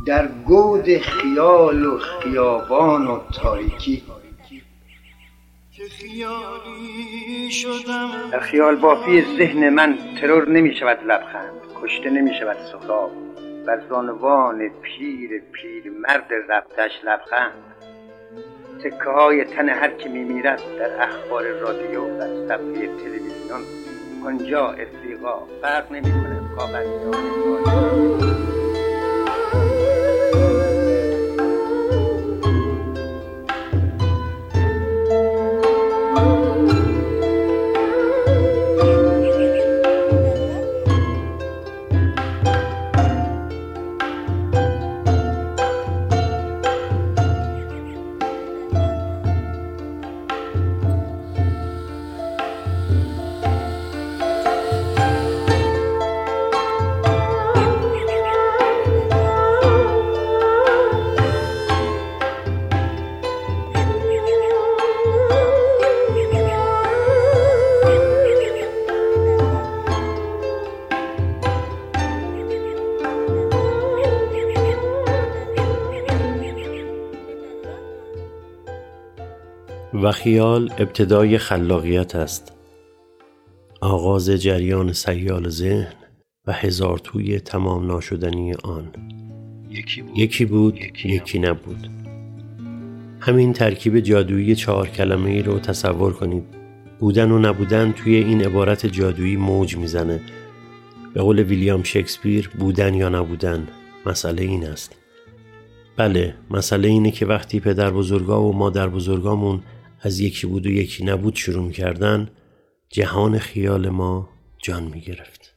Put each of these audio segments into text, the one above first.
در گود خیال و خیابان و تاریکی. در خیال بافی ذهن من ترور نمی شود لبخند، کشته نمی شود سهراب، بر زانوان پیر مرد رفتش لبخند. تکه های تن هر که می میرد در اخبار رادیو، در صفحه تلویزیون، آنجا افریقا، فرق نمی کنه کاغذی. و خیال ابتدای خلاقیت است، آغاز جریان سیال ذهن و هزارتوی تمام ناشدنی آن. یکی بود، یکی نبود. همین ترکیب جادویی 4 کلمه‌ای رو تصور کنید. بودن و نبودن توی این عبارت جادویی موج میزنه. به قول ویلیام شکسپیر، بودن یا نبودن، مسئله این است. بله، مسئله اینه که وقتی پدر بزرگا و مادر بزرگامون از یکی بود و یکی نبود شروع کردن، جهان خیال ما جان می گرفت.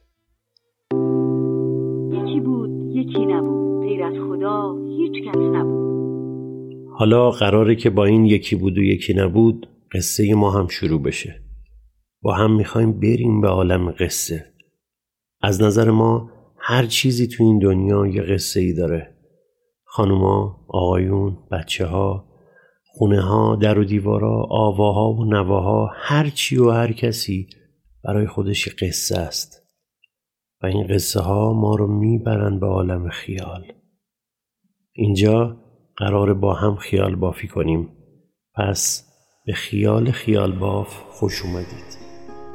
یکی بود، یکی نبود، غیر از خدا هیچ کس نبود. حالا قراره که با این یکی بود و یکی نبود قصه ما هم شروع بشه. با هم میخوایم بریم به عالم قصه. از نظر ما هر چیزی تو این دنیا یه قصه ای داره. خانوما، آقایون، بچه ها، خونه ها، در و دیوارا، آواها و نواها، هر چی و هر کسی برای خودش قصه است و این قصه ها ما رو میبرن به عالم خیال. اینجا قراره با هم خیال بافی کنیم. پس به خیال باف خوش اومدید.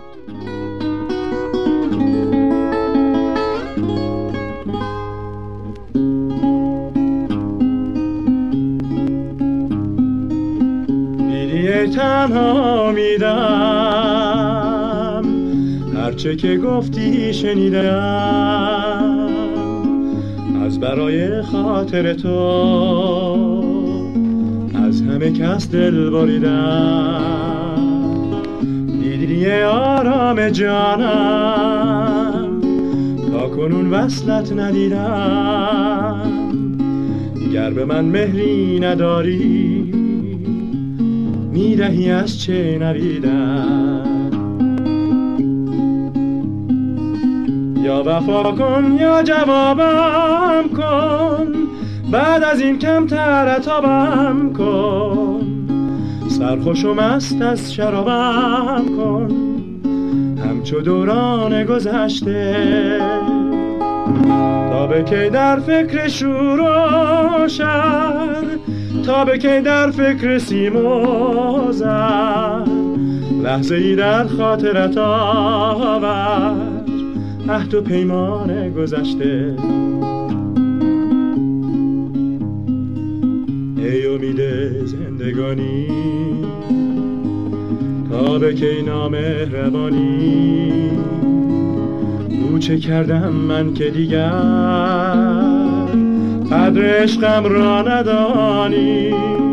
تنها میدم هرچه که گفتی شنیدم، از برای خاطر تو از همه کس دل بریدم. دیدی آرام جانم تا کنون وصلت ندیدم، گر به من مهری نداری میدهی از چه نویدم. یا وفا کن یا جوابم کن، بعد از این کمتر عتابم کن. سرخوش و مست از شرابم کن، همچو دوران گذشته. تا به کی در فکر شور و شر، تا به کی در فکر سیم و زر، لحظه ای در خاطرت آور عهد و پیمان گذشته. ای امید زندگانی، تا به کی نامهربانی. او چه کردم من که دیگر قدر عشقم را ندانی.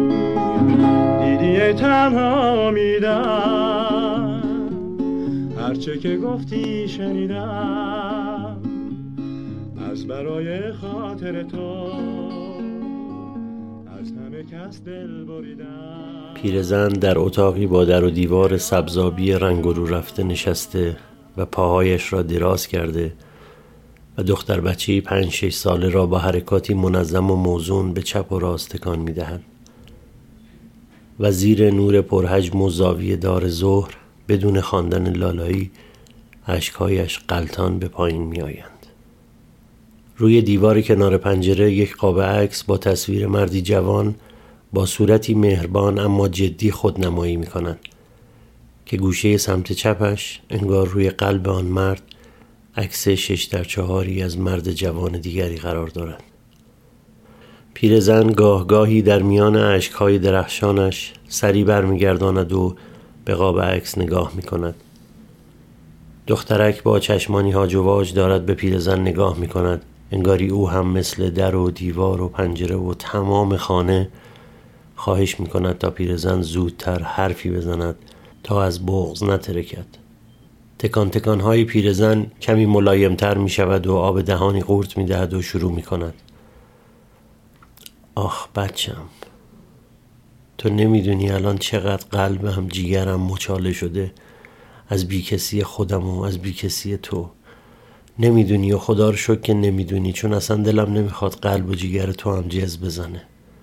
دیدی تنها میدم هرچه که گفتی شنیدم، از برای خاطر تو از همه کس دل بریدم. پیرزن در اتاقی با در و دیوار سبزابی رنگ رو رفته نشسته و پاهایش را دراز کرده و دختر بچه‌ای 5-6 ساله را با حرکاتی منظم و موزون به چپ و راست تکان می‌دهد. و زیر نور پرحجم و زاویه دار ظهر بدون خواندن لالایی اشک‌هایش غلطان به پایین می‌آیند. روی دیوار کنار پنجره یک قاب عکس با تصویر مردی جوان با صورتی مهربان اما جدی خودنمایی می‌کند که گوشه سمت چپش انگار روی قلب آن مرد عکس 6:4 از مرد جوان دیگری قرار دارد. پیرزن گاهگاهی در میان اشک‌های درخشانش سری برمیگرداند و به قاب عکس نگاه می‌کند. دخترک با چشمانی هاج و واج دارد به پیرزن نگاه می‌کند، انگاری او هم مثل در و دیوار و پنجره و تمام خانه خواهش می‌کند تا پیرزن زودتر حرفی بزند تا از بغض نترکد. تکان تکان‌های پیرزن کمی ملایم‌تر می‌شود و آب دهانی قورت می‌دهد و شروع می‌کند. آخ بچم، تو نمیدونی الان چقدر قلبم جیگرم مچاله شده از بیکسی خودم و از بیکسی تو. نمیدونی و خدا رو شکر که نمیدونی، چون اصلا دلم نمیخواد قلب و جیگر تو هم جز بزنه.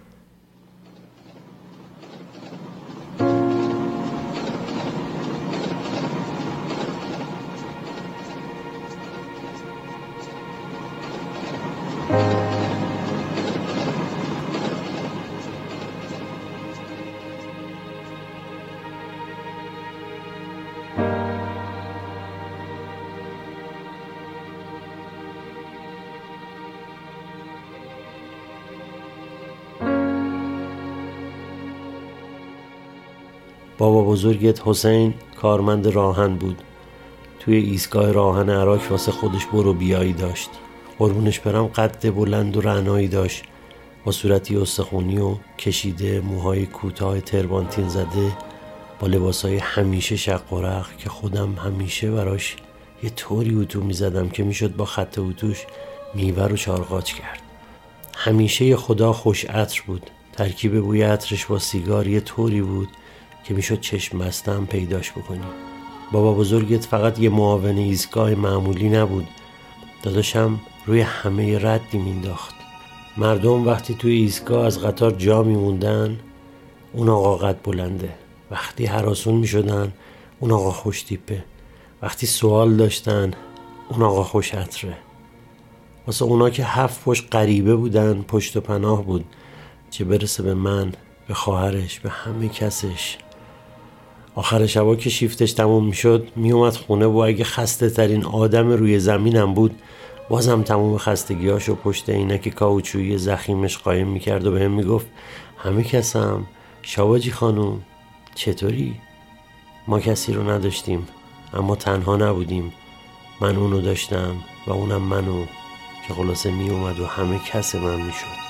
بابا بزرگت حسین کارمند راهن بود. توی ایستگاه راهن عراق واسه خودش برو بیایی داشت. قربونش برم قد بلند و رعنایی داشت، با صورتی استخونی و کشیده، موهای کوتاه تربانتین زده، با لباسای همیشه شق و رق که خودم همیشه براش یه طوری اتو میزدم که میشد با خط اتوش میوه رو چارقاچ کرد. همیشه خدا خوش عطر بود. ترکیب بوی عطرش با سیگار یه طوری بود که میشد چشم بسته هم پیداش بکنی. بابا بزرگت فقط یه معاون ایستگاه معمولی نبود، داداشم روی همه ردی مینداخت. مردم وقتی توی ایستگاه از قطار جا میموندن اون آقا قد بلنده، وقتی هراسون میشدن اون آقا خوش تیپه، وقتی سوال داشتن اون آقا خوش عطره. واسه اونا که 7 پشت غریبه بودن پشت و پناه بود، چه برسه به من، به خواهرش، به همه کسش. آخر شبا که شیفتش تموم میشد میومد خونه و اگه خسته ترین آدم روی زمینم بود بازم تموم خستگیاشو پشت عینک کاوچویی ضخیمش قایم میکرد و بهم میگفت همه کسم، شواجی خانم چطوری؟ ما کسی رو نداشتیم اما تنها نبودیم، من اونو داشتم و اونم منو، که خلاصه میومد و همه کس من میشد.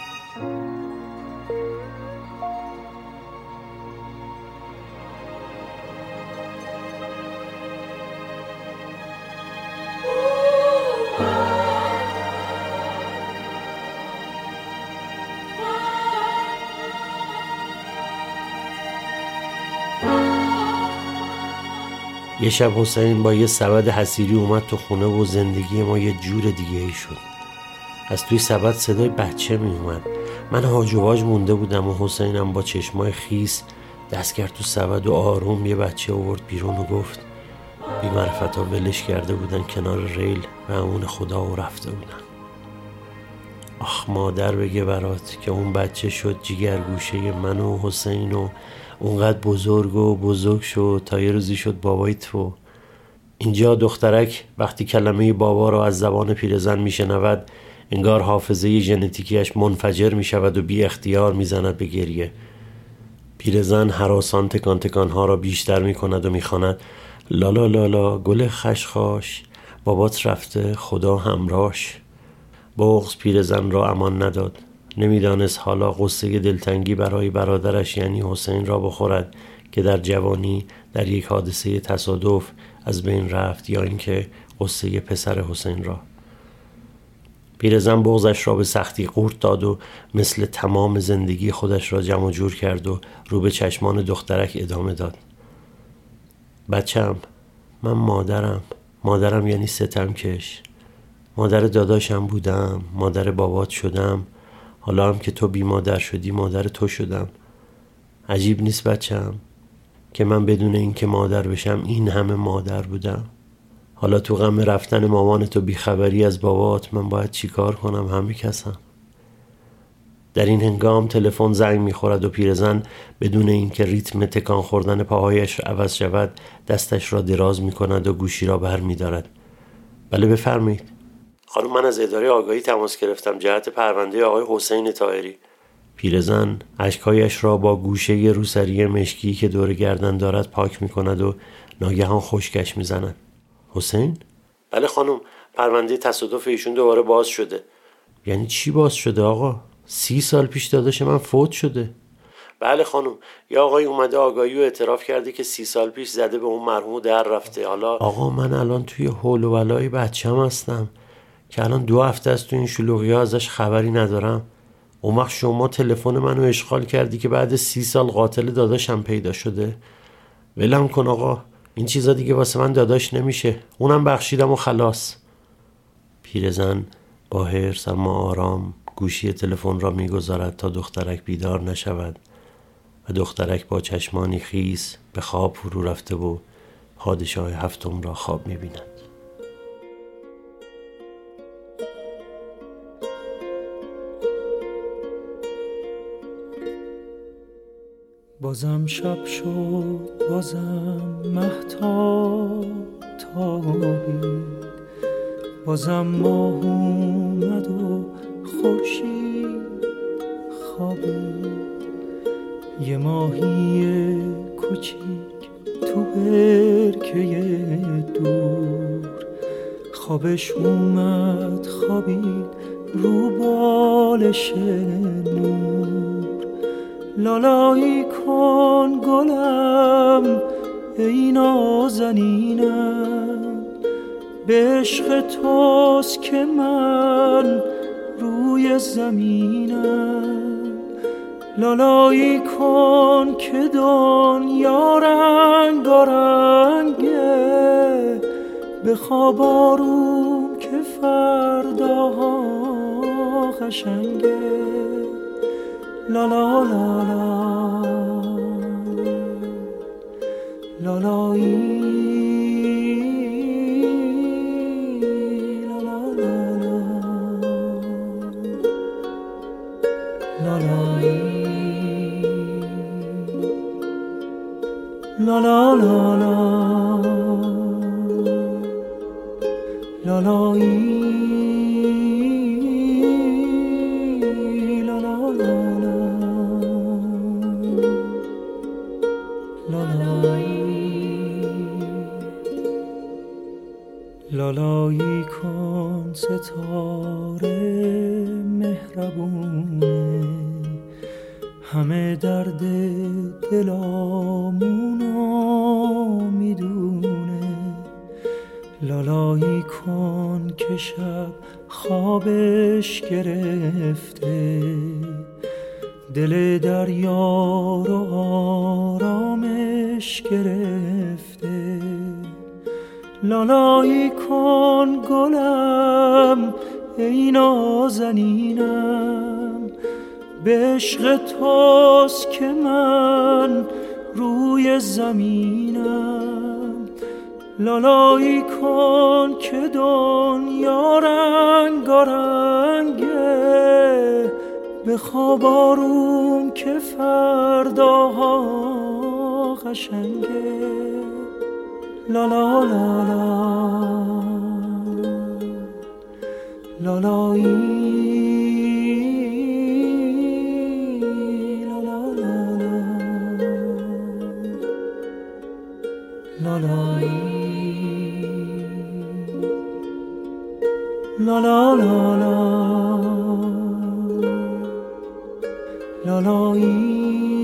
یه شب حسین با یه سبد حصیری اومد تو خونه و زندگی ما یه جور دیگه ای شد. از توی سبد صدای بچه می اومد. من هاج و واج مونده بودم و حسینم با چشمای خیس دست کرد تو سبد و آروم یه بچه آورد بیرون و گفت بی معرفتا ولش کرده بودن کنار ریل و امون خدا و رفته بودن. آخ مادر بگه برات که اون بچه شد جیگرگوشه من و حسین و اونقدر بزرگ شد تا یه روزی شد بابای تو. اینجا دخترک وقتی کلمه بابا را از زبان پیرزن میشنود انگار حافظه ژنتیکیش منفجر میشود و بی اختیار میزند به گریه. پیرزن هراسان تکان تکانها را بیشتر میکند و میخواند لالا لالا گل خشخاش، بابات رفته خدا همراهش. بغض پیرزن را امان نداد. نمیدانست حالا قصه دلتنگی برای برادرش یعنی حسین را بخورد که در جوانی در یک حادثه تصادف از بین رفت یا اینکه قصه پسر حسین را. پیرزن بغضش را به سختی قورت داد و مثل تمام زندگی خودش را جمع جور کرد و رو به چشمان دخترک ادامه داد. بچم، من مادرم یعنی ستمکش. مادر داداشم بودم، مادر بابات شدم، حالا هم که تو بی مادر شدی مادر تو شدم. عجیب نیست بچم که من بدون این که مادر بشم این همه مادر بودم. حالا تو غم رفتن مامانت و بیخبری از بابات من باید چی کار کنم همه کسم. در این هنگام تلفن زنگ میخورد و پیرزن بدون اینکه ریتم تکان خوردن پاهایش عوض شود دستش را دراز میکند و گوشی را بر میدارد. بله بفرمایید. خانم من از اداره آگاهی تماس گرفتم جهت پرونده آقای حسین طاهری. پیرزن اشکایش را با گوشه روسری مشکی که دور گردن دارد پاک میکند و ناگهان خشکش میزند. حسین؟ بله خانم، پرونده تصادف ایشون دوباره باز شده. یعنی چی باز شده آقا؟ 30 سال پیش داداش من فوت شده. بله خانم، یا آقای اومده آگاهی و اعتراف کرده که 30 سال پیش زده به اون مرحوم در رفته. حالا آقا من الان توی حول و ولای بچه‌م هستم که الان 2 هفته است تو این شلوغی‌ها ازش خبری ندارم. اون وقت شما تلفن منو اشغال کردی که بعد 30 سال قاتل داداشم پیدا شده. ولم کن آقا، این چیزا دیگه واسه من داداش نمیشه. اونم بخشیدم و خلاص. پیرزن با حرص اما آرام گوشی تلفن را میگذارد تا دخترک بیدار نشود و دخترک با چشمانی خیس به خواب فرو رفته و پادشاه هفتم را خواب میبیند. بازم شب شد، بازم مهتاب تابید، بازم ماه اومد و خورشید خوابید. یه ماهی کوچیک تو برکه دور خوابش اومد خوابید رو بالش نور. لالایی کن گلم ای نازنینم، به عشق توست که من روی زمینم. لالایی کن که دنیا رنگارنگه، به خواب آروم که فرداها قشنگه. لا لا لا لا لالایی لا لا لا لا لالایی لا لا لا لا لالایی لالایی کن ستاره مهربونه، همه درد دلامونو میدونه. لالایی کن که شب خوابش گرفته، دل دریا رو آرامش گرفته. لالایی کن گلم ای نازنینم، به عشق توست که من روی زمینم. لالایی کن که دنیا رنگارنگه، به خواب آروم که فرداها قشنگه. لا لا لا لا لالایی لا لا لا لا لالایی لا لا لا لا لالایی.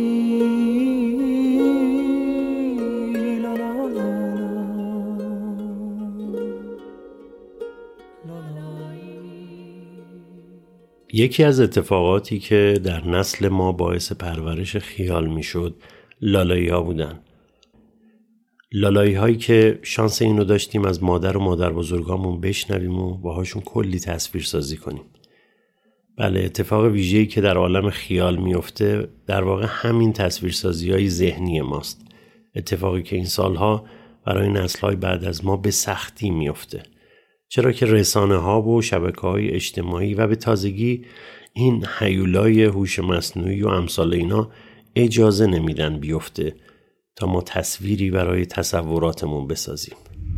یکی از اتفاقاتی که در نسل ما باعث پرورش خیال میشد لالایی ها بودن. لالایی هایی که شانس اینو داشتیم از مادر و مادر بزرگامون بشنویم و باهاشون کلی تصویر سازی کنیم. بله، اتفاق ویژه‌ای که در عالم خیال میفته در واقع همین تصویرسازی های ذهنی ماست. اتفاقی که این سالها برای نسل‌های بعد از ما به سختی میفته، چرا که رسانه‌ها و شبکه‌های اجتماعی و به تازگی این هیولای هوش مصنوعی و امثال اینا اجازه نمیدن بیفته تا ما تصویری برای تصوراتمون بسازیم.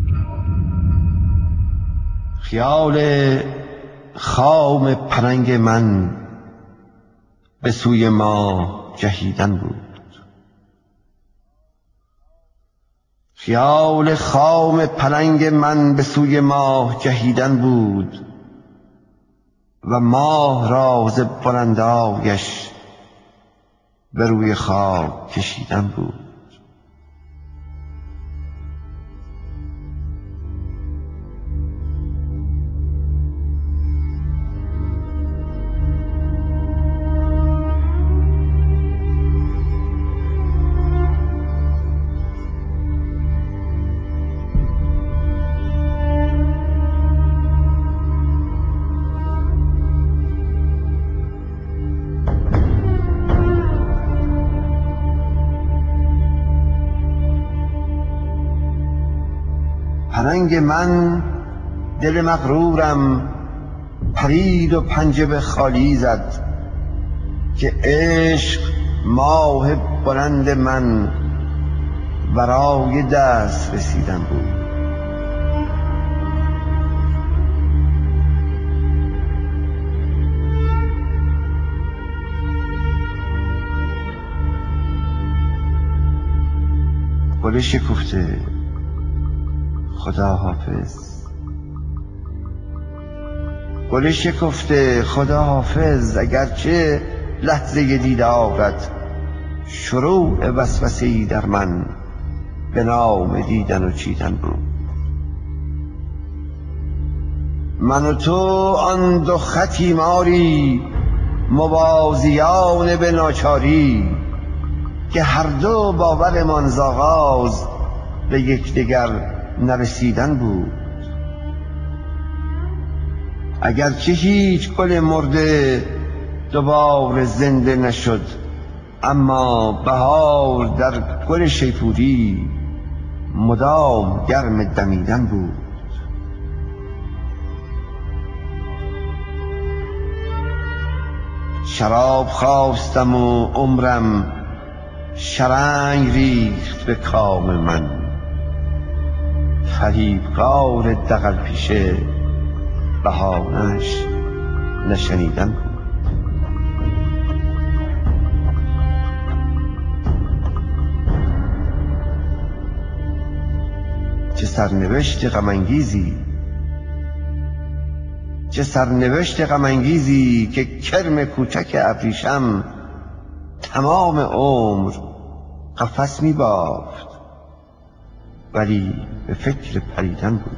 خیال خام پلنگ من به سوی ما جهیدن بود. خیال خام پلنگ من به سوی ماه جهیدن بود و ماه را ز بلندایش به روی خاک کشیدن بود. پلنگ من دل مغرورم پرید و پنجه به خالی زد که عشق ماه بلند من برای دست رسیدن بود. گل شکفته خدا حافظ، گل شکفته خدا حافظ، اگرچه لحظه دیدارت شروع وسوسه‌ای در من به نام دیدن و چیدن بود. من و تو آن دو خطی ماری موازیان به ناچاری که هر دو باورمان ز آغاز به یکدیگر نرسیدن بود. اگرچه هیچ گل مرده دوباره زنده نشد، اما بهار در گل شیپوری مدام گرم دمیدن بود. شراب خواستم و عمرم شرنگ ریخت به کام من، فریبکار دغل پیشه بهانه‌اش نشنیدن بود. چه سرنوشت غم‌انگیزی، چه سرنوشت غم‌انگیزی که کرم کوچک ابریشم تمام عمر قفس می‌بافت ولی به فکر پریدن بود.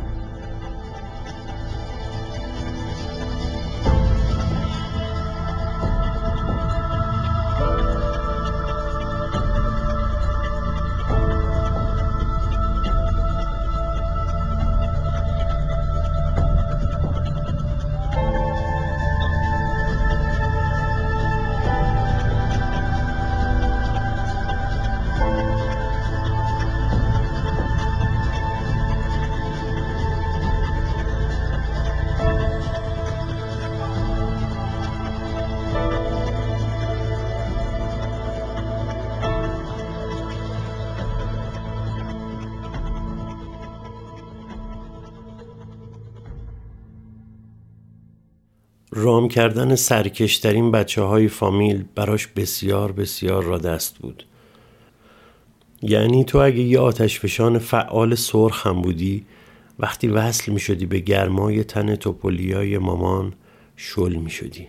رام کردن سرکشترین بچه‌های فامیل براش بسیار بسیار را دست بود. یعنی تو اگه یه آتشفشان فعال سرخ هم بودی، وقتی وصل می شدی به گرمای تن توپولیای مامان شل می شدی.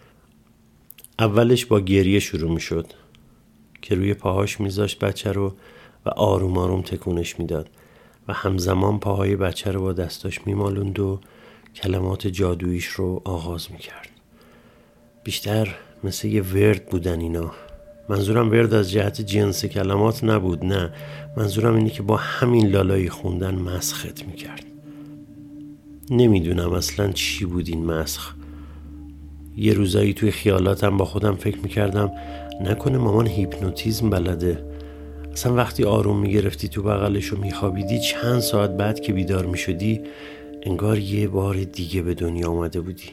اولش با گریه شروع می شد که روی پاهاش می زاشت بچه رو و آروم آروم تکونش می داد و همزمان پاهای بچه رو با دستاش می مالوند و کلمات جادوییش رو آغاز می کرد. بیشتر مثل یه ورد بودن اینا. منظورم ورد از جهت جنس کلمات نبود، نه، منظورم اینه که با همین لالایی خوندن مسخت می کرد. نمیدونم اصلا چی بود این مسخ. یه روزایی توی خیالاتم با خودم فکر می کردم نکنه مامان هیپنوتیزم بلده. اصلا وقتی آروم میگرفتی تو بغلش و میخوابیدی، چند ساعت بعد که بیدار میشدی انگار یه بار دیگه به دنیا اومده بودی.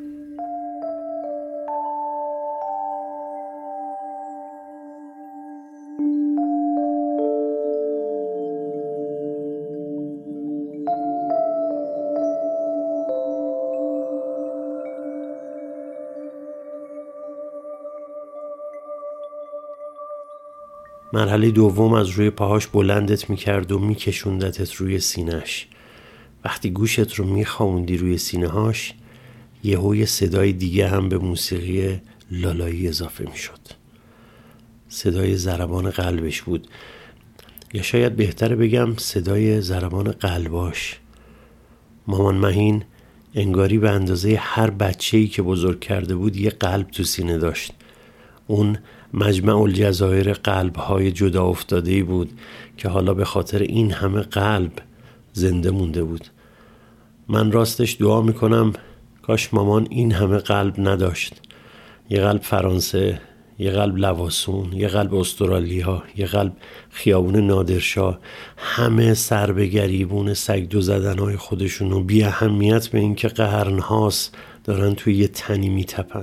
مرحله دوم از روی پاهاش بلندت میکرد و میکشوندتت روی سینه‌اش. وقتی گوشت رو میخوابوندی روی سینه‌هاش، یهو صدای دیگه هم به موسیقی لالایی اضافه میشد. صدای ضربان قلبش بود، یا شاید بهتره بگم صدای ضربان قلباش. مامان مهین انگاری به اندازه هر بچه‌ای که بزرگ کرده بود یه قلب تو سینه داشت. اون مجمع الجزایر قلب‌های جدا افتاده‌ای بود که حالا به خاطر این همه قلب زنده مونده بود. من راستش دعا میکنم کاش مامان این همه قلب نداشت. یه قلب فرانسه، یه قلب لواسون، یه قلب استرالیا، یه قلب خیابون نادرشاه، همه سر به گریبون سگ دو زدنهای خودشون و بی اهمیت به این که قرنهاست دارن توی یه تنی میتپن.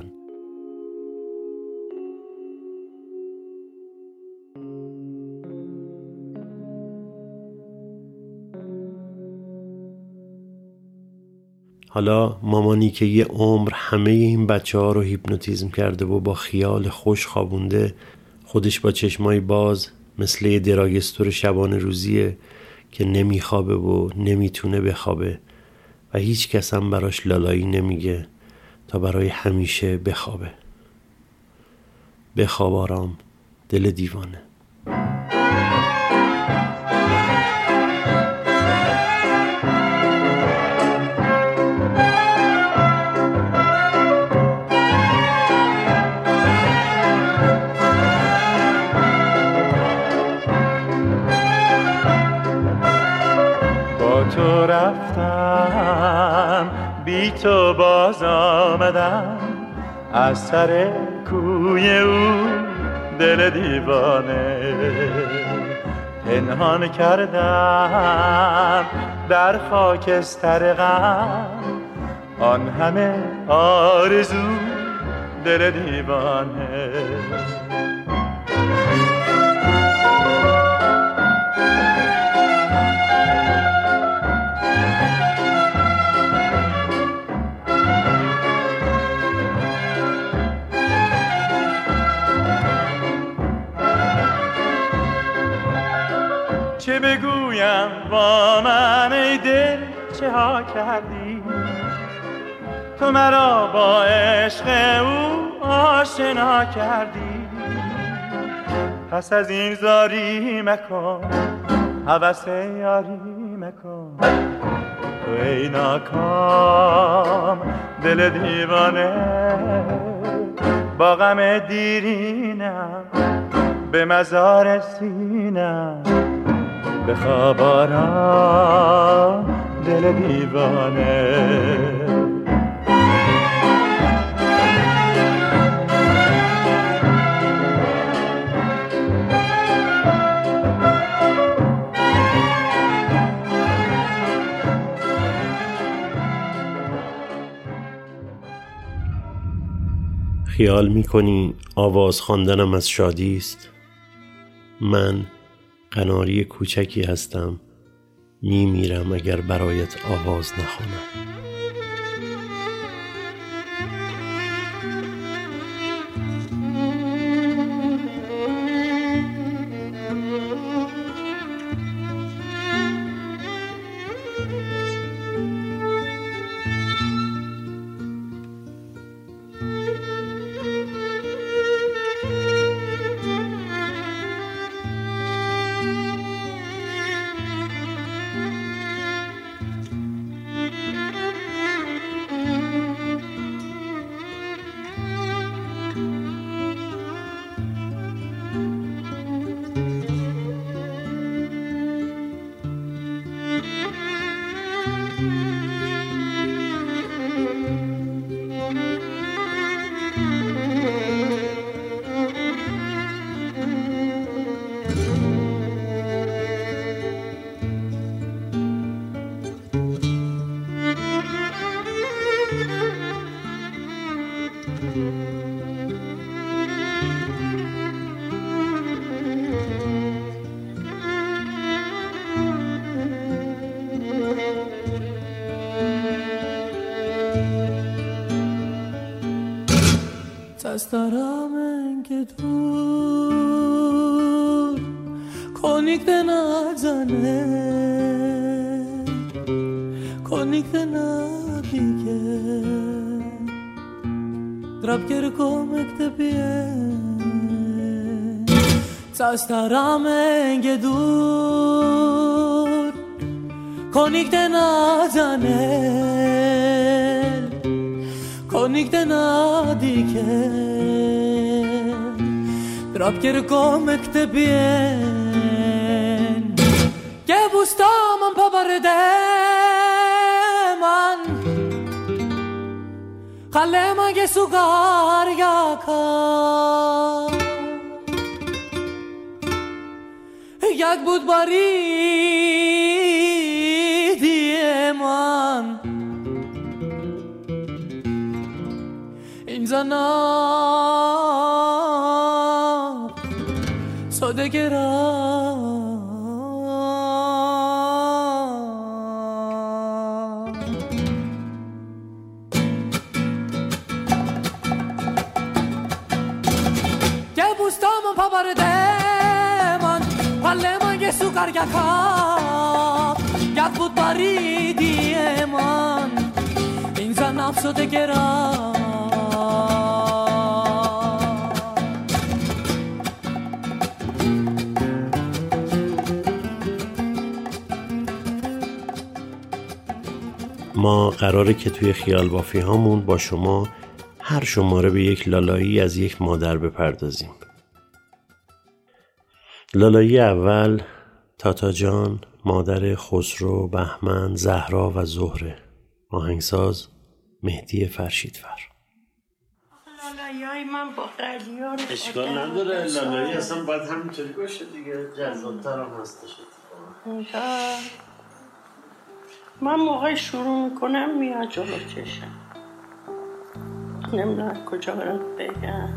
حالا مامانی که یه عمر همه این بچه ها رو هیپنوتیزم کرده و با خیال خوش خوابونده، خودش با چشمای باز مثل یه دراگستور شبانه روزیه که نمیخوابه و نمیتونه بخوابه و هیچ کس هم براش لالایی نمیگه تا برای همیشه بخوابه. بخواب آرام دل دیوانه. تو رفتم بی تو باز آمدم، از سر کوی او دل دیوانه پنهان کردم در خاکستر غم، آن همه آرزو دل دیوانه. چه بگویم با من ای دل چه ها کردی، تو مرا با عشق او آشنا کردی. پس از این زاری مکن، هوس یاری مکن، تو ای ناکام دل دیوانه. با غم دیرینم به مزار سینم، بخواب آرام دل دیوانه. خیال میکنی آواز خواندنم از شادی است؟ من قناری کوچکی هستم، میمیرم اگر برایت آواز نخوانم. T'astarame che tu konikte nazane konikte nadike drapker komekte bien T'astarame che tu konikte nazane konikte nadike drapker komekte bien ke bustamam pabarde man khalema ge sugar yaka yak bud bari man in zanab sodegera ke bustamam pabarde man palema ge sukar yaka yak bud baridi man in zanab sodegera ما قراره که توی خیال بافی هامون با شما هر شماره به یک لالایی از یک مادر بپردازیم. لالایی اول تاتا جان، مادر خسرو، بهمن، زهرا و زهره. آهنگساز مهدی فرشیدفر. لالایی من با قلیان اشکال نداره، لالایی اصلا باید همینطوری باشه دیگه، جذاب‌تر هم هستش. من موقعی شروع میکنم میاد جلو چشم نمیدونم کجا برم بگم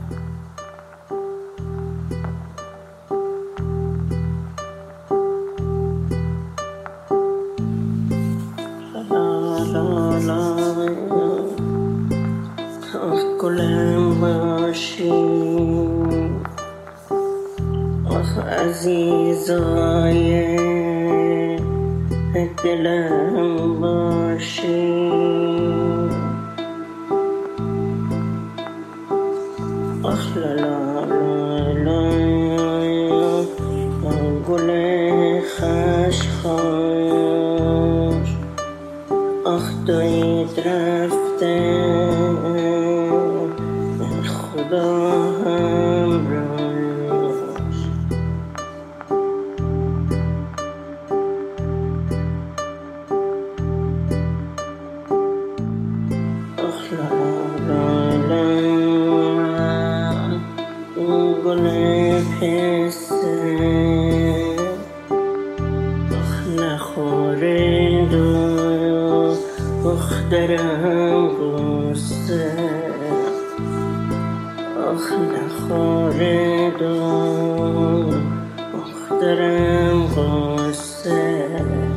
آخ گلم باشی آخ عزیزای دلم باشی آخ لالا لالا گل خشخاش آخ دایید رفته خدا همراهش آخ لالا گل پسته آخ نخوره دو دخترم گسته آخ نخوره دو دخترم گسته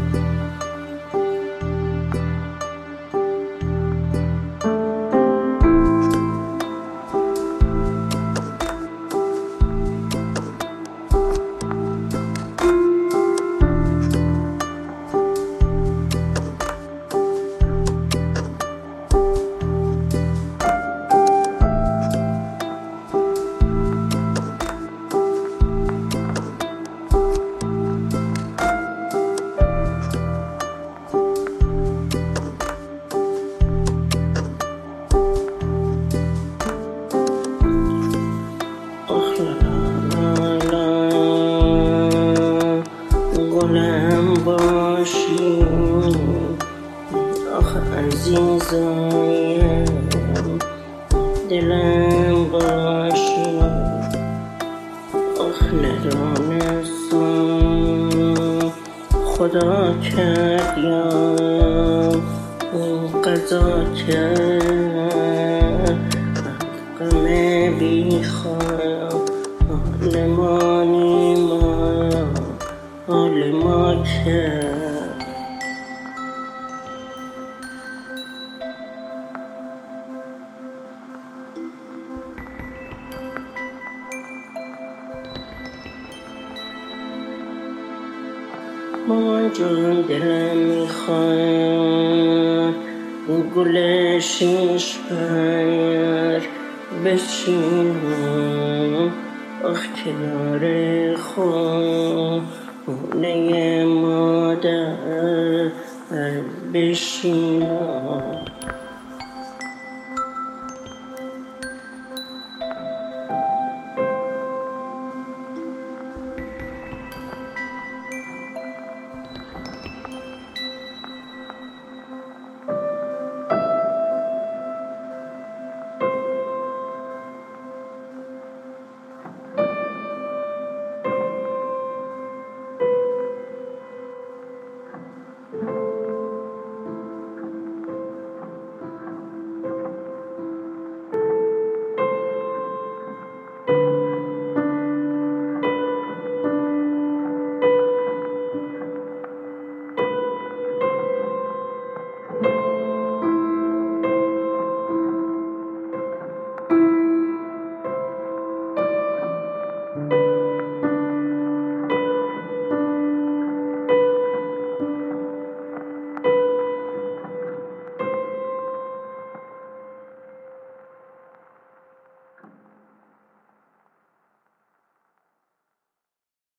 عزیزایم دلم باشی آخ ندانستم خدا کرد یا قضا کرد غم بیخواب حالمانی حال ما کرد جون دلم میخواد گل شیش پر بچینم کنار خونه مادر بشینم.